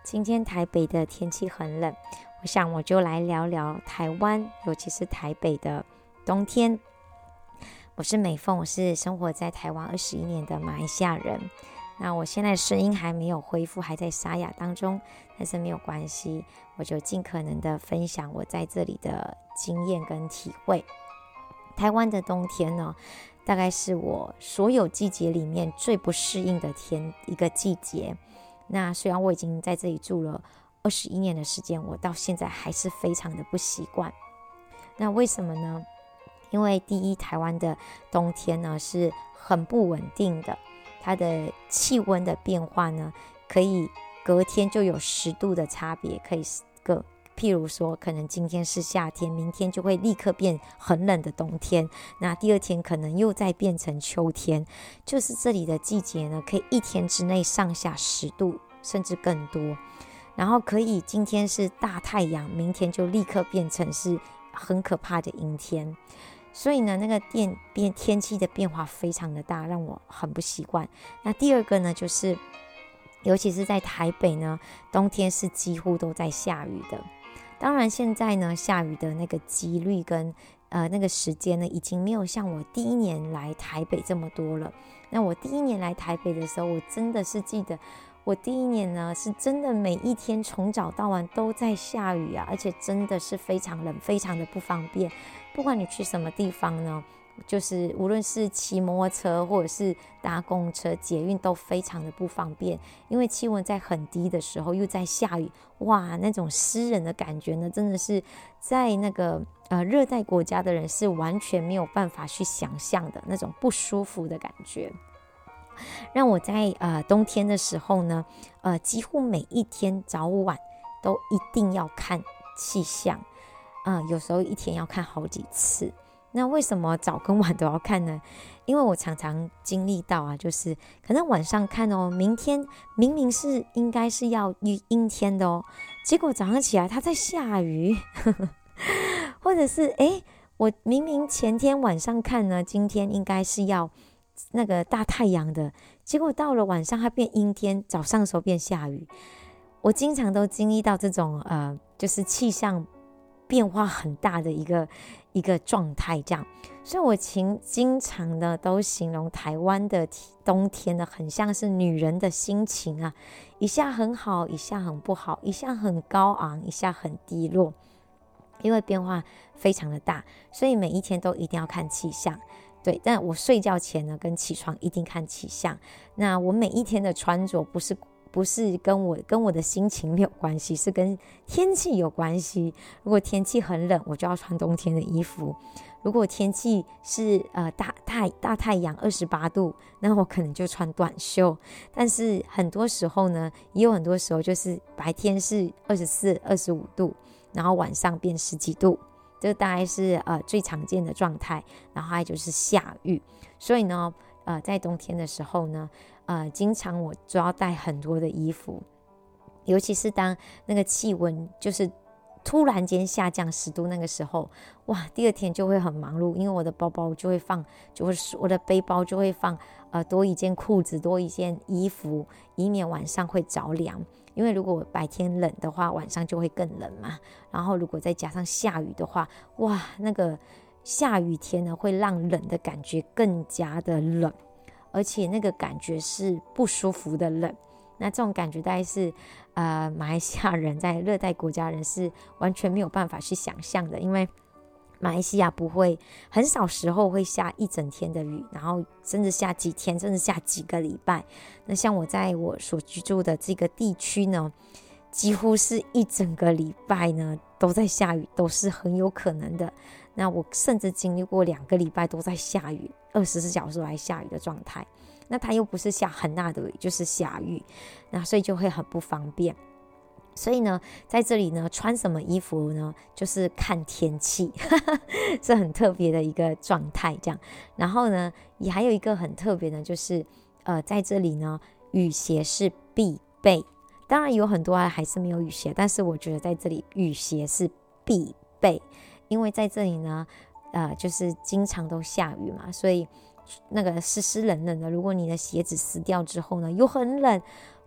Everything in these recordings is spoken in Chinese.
今天台北的天气很冷，我想我就来聊聊台湾，尤其是台北的冬天。我是美凤，我是生活在台湾21年的马来西亚人。那我现在声音还没有恢复，还在沙哑当中，但是没有关系，我就尽可能的分享我在这里的经验跟体会。台湾的冬天呢，大概是我所有季节里面最不适应的一个季节。那虽然我已经在这里住了21年的时间，我到现在还是非常的不习惯。那为什么呢？因为第一，台湾的冬天呢是很不稳定的，它的气温的变化呢，可以隔天就有10度的差别，譬如说可能今天是夏天，明天就会立刻变很冷的冬天，那第二天可能又再变成秋天。就是这里的季节呢，可以一天之内上下10度甚至更多，然后可以今天是大太阳，明天就立刻变成是很可怕的阴天。所以呢，那个天气的变化非常的大，让我很不习惯。那第二个呢，就是尤其是在台北呢，冬天是几乎都在下雨的。当然现在呢，下雨的那个几率跟那个时间呢，已经没有像我第一年来台北这么多了。那我第一年来台北的时候，我真的是记得我第一年呢，是真的每一天从早到晚都在下雨啊，而且真的是非常冷，非常的不方便。不管你去什么地方呢，就是无论是骑摩托车或者是搭公车、捷运都非常的不方便，因为气温在很低的时候又在下雨，哇，那种湿人的感觉呢，真的是在那个热带国家的人是完全没有办法去想象的那种不舒服的感觉。让我在冬天的时候呢，几乎每一天早晚都一定要看气象，有时候一天要看好几次。那为什么早跟晚都要看呢？因为我常常经历到啊，就是可能晚上看哦，明天明明是应该是要阴天的哦，结果早上起来它在下雨或者是我明明前天晚上看呢，今天应该是要那个大太阳的，结果到了晚上它变阴天，早上的时候变下雨。我经常都经历到这种就是气象变化很大的一个状态这样。所以我经常的都形容台湾的冬天呢，很像是女人的心情啊，一下很好，一下很不好，一下很高昂，一下很低落，因为变化非常的大，所以每一天都一定要看气象。对，但我睡觉前呢跟起床一定看气象。那我每一天的穿着不是跟我的心情没有关系，是跟天气有关系。如果天气很冷，我就要穿冬天的衣服；如果天气是大太阳28度，那我可能就穿短袖。但是很多时候呢，也有很多时候就是白天是24、25度，然后晚上变10几度。这大概是最常见的状态，然后还有就是下雨。所以呢在冬天的时候呢经常我就要带很多的衣服，尤其是当那个气温就是突然间下降10度那个时候，哇，第二天就会很忙碌，因为我的包包就会放，我的背包就会放多一件裤子，多一件衣服，以免晚上会着凉。因为如果白天冷的话，晚上就会更冷嘛。然后如果再加上下雨的话，哇，那个下雨天呢，会让冷的感觉更加的冷，而且那个感觉是不舒服的冷。那这种感觉大概是马来西亚人在热带国家人是完全没有办法去想象的，因为马来西亚很少时候会下一整天的雨，然后甚至下几天，甚至下几个礼拜。那像我在我所居住的这个地区呢，几乎是一整个礼拜呢都在下雨，都是很有可能的。那我甚至经历过2个礼拜都在下雨，24小时来下雨的状态。那它又不是下很大的雨，就是下雨，那所以就会很不方便。所以呢，在这里呢，穿什么衣服呢，就是看天气是很特别的一个状态这样。然后呢，也还有一个很特别的就是在这里呢，雨鞋是必备。当然有很多还是没有雨鞋，但是我觉得在这里雨鞋是必备，因为在这里呢就是经常都下雨嘛，所以那个湿湿冷冷的，如果你的鞋子湿掉之后呢又很冷，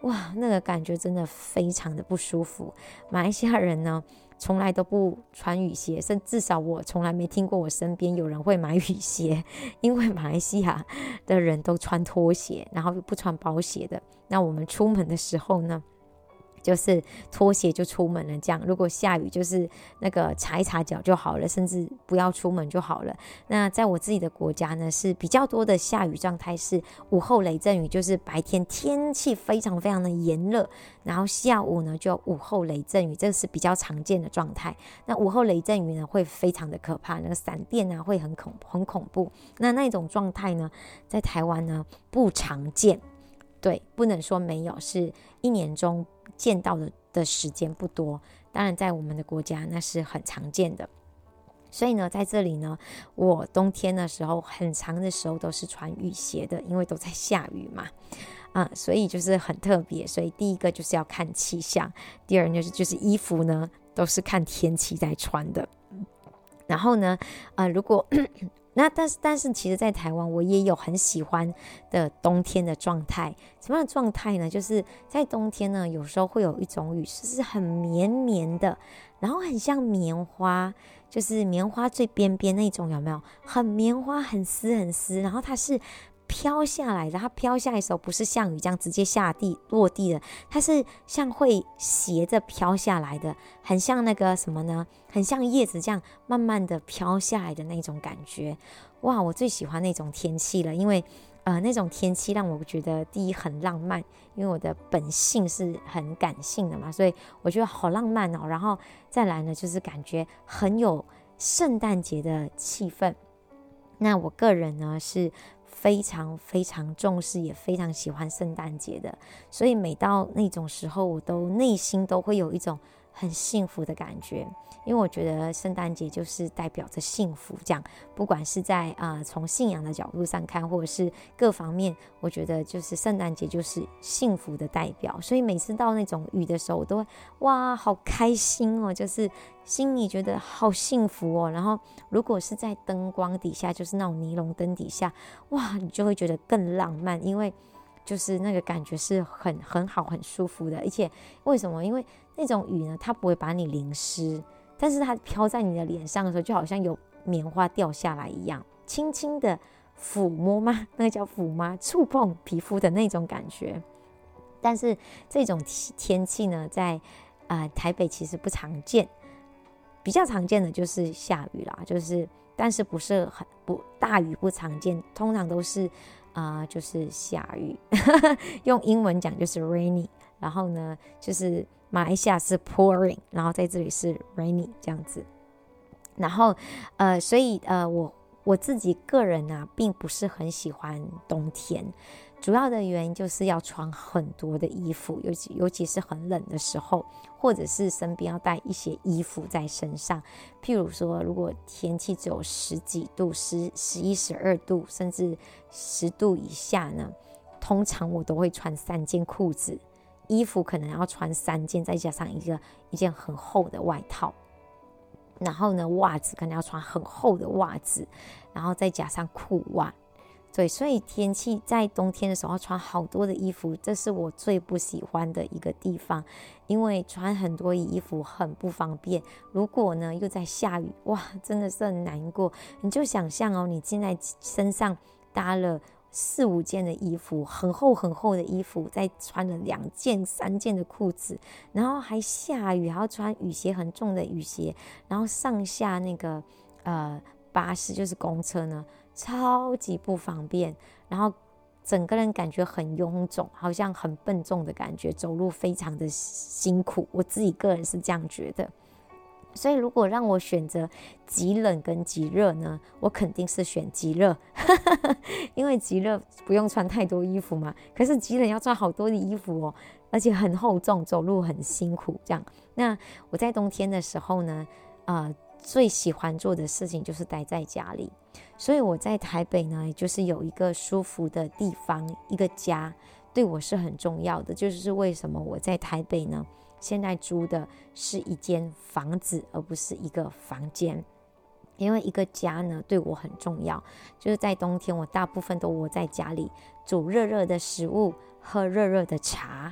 哇，那个感觉真的非常的不舒服。马来西亚人呢从来都不穿雨鞋，至少我从来没听过我身边有人会买雨鞋，因为马来西亚的人都穿拖鞋，然后不穿包鞋的。那我们出门的时候呢，就是拖鞋就出门了，这样如果下雨就是那个擦一擦脚就好了，甚至不要出门就好了。那在我自己的国家呢，是比较多的下雨状态是午后雷阵雨，就是白天天气非常非常的炎热，然后下午呢就午后雷阵雨，这是比较常见的状态。那午后雷阵雨呢会非常的可怕，那个闪电啊会很恐怖。那种状态呢在台湾呢不常见，对，不能说没有，是一年中见到的时间不多，当然在我们的国家那是很常见的。所以呢在这里呢，我冬天的时候很长的时候都是穿雨鞋的，因为都在下雨嘛，所以就是很特别。所以第一个就是要看气象，第二就是衣服呢都是看天气在穿的。然后呢如果那但是其实在台湾我也有很喜欢的冬天的状态。什么样的状态呢？就是在冬天呢有时候会有一种雨是很绵绵的，然后很像棉花，就是棉花最边边那种，有没有？很棉花，很丝很丝，然后它是飘下来的。它飘下来的时候不是像雨这样直接落地的，它是像会斜着飘下来的，很像那个什么呢？很像叶子这样慢慢的飘下来的那种感觉。哇，我最喜欢那种天气了，因为那种天气让我觉得第一很浪漫，因为我的本性是很感性的嘛，所以我觉得好浪漫哦。然后再来呢，就是感觉很有圣诞节的气氛。那我个人呢是非常非常重视，也非常喜欢圣诞节的，所以每到那种时候，我都内心都会有一种很幸福的感觉。因为我觉得圣诞节就是代表着幸福，这样不管是在从信仰的角度上看，或者是各方面，我觉得就是圣诞节就是幸福的代表。所以每次到那种雨的时候，我都会哇好开心哦，就是心里觉得好幸福哦。然后如果是在灯光底下，就是那种尼龙灯底下，哇你就会觉得更浪漫，因为就是那个感觉是很好很舒服的。而且为什么？因为那种雨呢它不会把你淋湿，但是它飘在你的脸上的时候，就好像有棉花掉下来一样，轻轻的抚摸吗？那个叫抚吗？触碰皮肤的那种感觉。但是这种天气呢，在台北其实不常见，比较常见的就是下雨啦，但是大雨不常见，通常都是就是下雨用英文讲就是 rainy， 然后呢就是马来西亚是 pouring， 然后在这里是 rainy 这样子。然后所以我自己个人并不是很喜欢冬天，主要的原因就是要穿很多的衣服，尤其是很冷的时候，或者是身边要带一些衣服在身上。譬如说如果天气只有10几度11、12度甚至10度以下呢，通常我都会穿3件裤子，衣服可能要穿3件，再加上一件很厚的外套。然后呢袜子可能要穿很厚的袜子，然后再加上裤袜。对，所以天气在冬天的时候要穿好多的衣服，这是我最不喜欢的一个地方，因为穿很多衣服很不方便。如果呢又在下雨，哇真的是很难过。你就想象哦，你现在身上搭了4、5件的衣服，很厚很厚的衣服，再穿了2件3件的裤子，然后还下雨，还要穿雨鞋，很重的雨鞋，然后上下那个巴士就是公车呢超级不方便，然后整个人感觉很臃肿，好像很笨重的感觉，走路非常的辛苦，我自己个人是这样觉得。所以如果让我选择极冷跟极热呢，我肯定是选极热因为极热不用穿太多衣服嘛，可是极冷要穿好多的衣服哦，而且很厚重，走路很辛苦这样。那我在冬天的时候呢最喜欢做的事情就是待在家里，所以我在台北呢就是有一个舒服的地方，一个家对我是很重要的。就是为什么我在台北呢现在租的是一间房子而不是一个房间，因为一个家呢对我很重要。就是在冬天我大部分都窝在家里煮热热的食物，喝热热的茶，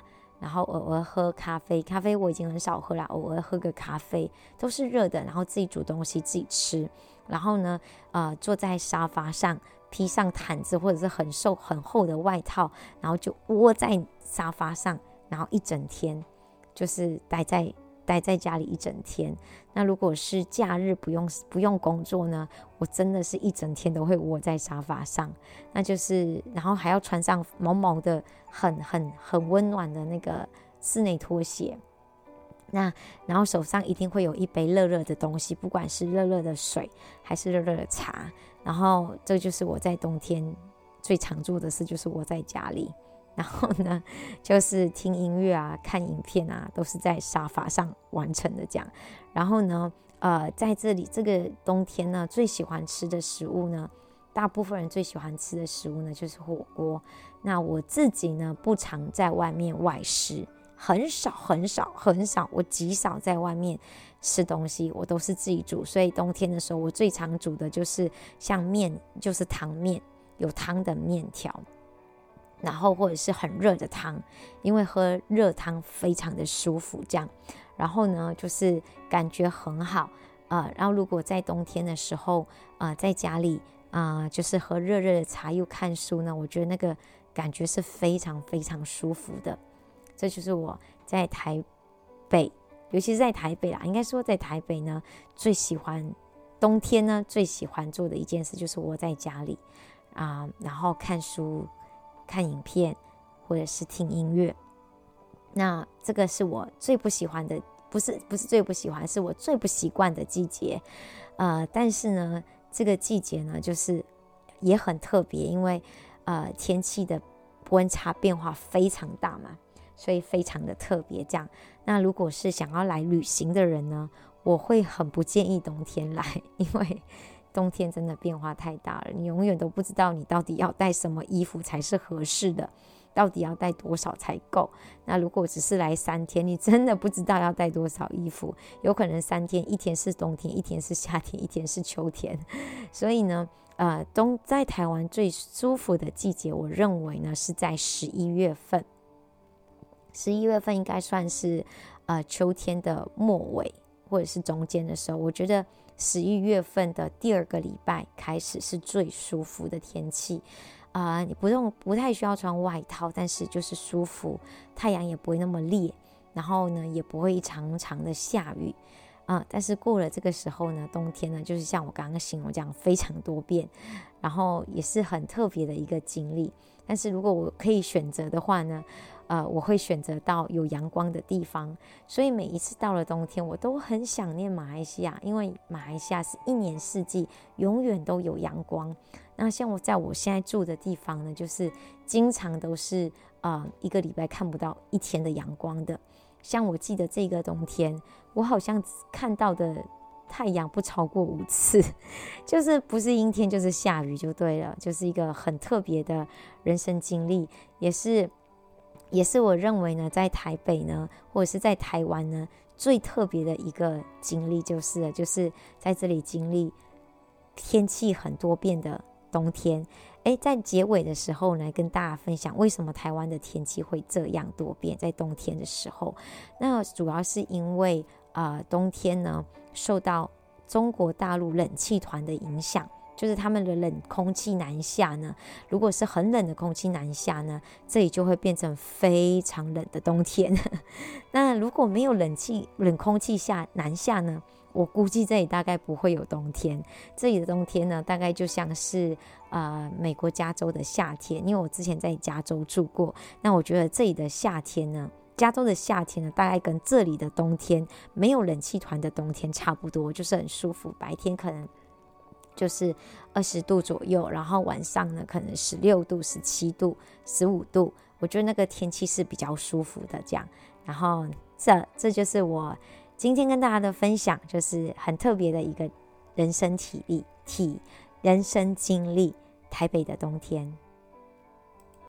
然后偶尔喝咖啡，咖啡我已经很少喝了，偶尔喝个咖啡都是热的，然后自己煮东西自己吃，然后呢坐在沙发上披上毯子或者是很瘦很厚的外套，然后就窝在沙发上，然后一整天就是待在家里一整天。那如果是假日不用工作呢，我真的是一整天都会窝在沙发上，那就是然后还要穿上毛毛的很温暖的那个室内拖鞋，然后手上一定会有一杯热热的东西，不管是热热的水还是热热的茶，然后这就是我在冬天最常做的事，就是窝在家里，然后呢就是听音乐啊看影片啊，都是在沙发上完成的这样。然后呢在这里这个冬天呢，最喜欢吃的食物呢，大部分人最喜欢吃的食物呢就是火锅。那我自己呢不常在外面外食，很少，我极少在外面吃东西，我都是自己煮。所以冬天的时候我最常煮的就是像面，就是汤面，有汤的面条，然后或者是很热的汤，因为喝热汤非常的舒服这样。然后呢就是感觉很好然后如果在冬天的时候在家里就是喝热热的茶又看书呢，我觉得那个感觉是非常非常舒服的。这就是我在台北，尤其是在台北啦，应该说在台北呢最喜欢冬天呢最喜欢做的一件事，就是窝在家里然后看书看影片或者是听音乐。那这个是我最不喜欢的，不是最不喜欢，是我最不习惯的季节但是呢这个季节呢就是也很特别，因为天气的温差变化非常大嘛，所以非常的特别这样。那如果是想要来旅行的人呢，我会很不建议冬天来，因为冬天真的变化太大了，你永远都不知道你到底要带什么衣服才是合适的，到底要带多少才够。那如果只是来3天，你真的不知道要带多少衣服，有可能3天，一天是冬天，一天是夏天，一天是秋天。所以呢在台湾最舒服的季节，我认为呢是在11月份。11月份应该算是秋天的末尾或者是中间的时候，我觉得11月份的第2个礼拜开始是最舒服的天气你不太需要穿外套，但是就是舒服，太阳也不会那么烈，然后呢也不会常常的下雨但是过了这个时候呢，冬天呢就是像我刚刚形容这样非常多变，然后也是很特别的一个经历。但是如果我可以选择的话呢我会选择到有阳光的地方。所以每一次到了冬天，我都很想念马来西亚，因为马来西亚是一年四季永远都有阳光。那像我在我现在住的地方呢，就是经常都是1个礼拜看不到1天的阳光的。像我记得这个冬天，我好像看到的太阳不超过5次，就是不是阴天就是下雨就对了，就是一个很特别的人生经历，也是我认为呢在台北呢或者是在台湾呢最特别的一个经历，就是在这里经历天气很多变的冬天。在结尾的时候呢，跟大家分享为什么台湾的天气会这样多变，在冬天的时候。那主要是因为冬天呢受到中国大陆冷气团的影响，就是他们的冷空气南下呢，如果是很冷的空气南下呢，这里就会变成非常冷的冬天那如果没有冷空气南下呢，我估计这里大概不会有冬天。这里的冬天呢大概就像是美国加州的夏天，因为我之前在加州住过，那我觉得这里的夏天呢，加州的夏天呢大概跟这里的冬天没有冷气团的冬天差不多，就是很舒服，白天可能就是20度左右，然后晚上呢可能16度、17度、15度，我觉得那个天气是比较舒服的这样。然后这就是我今天跟大家的分享，就是很特别的一个人生经历，台北的冬天。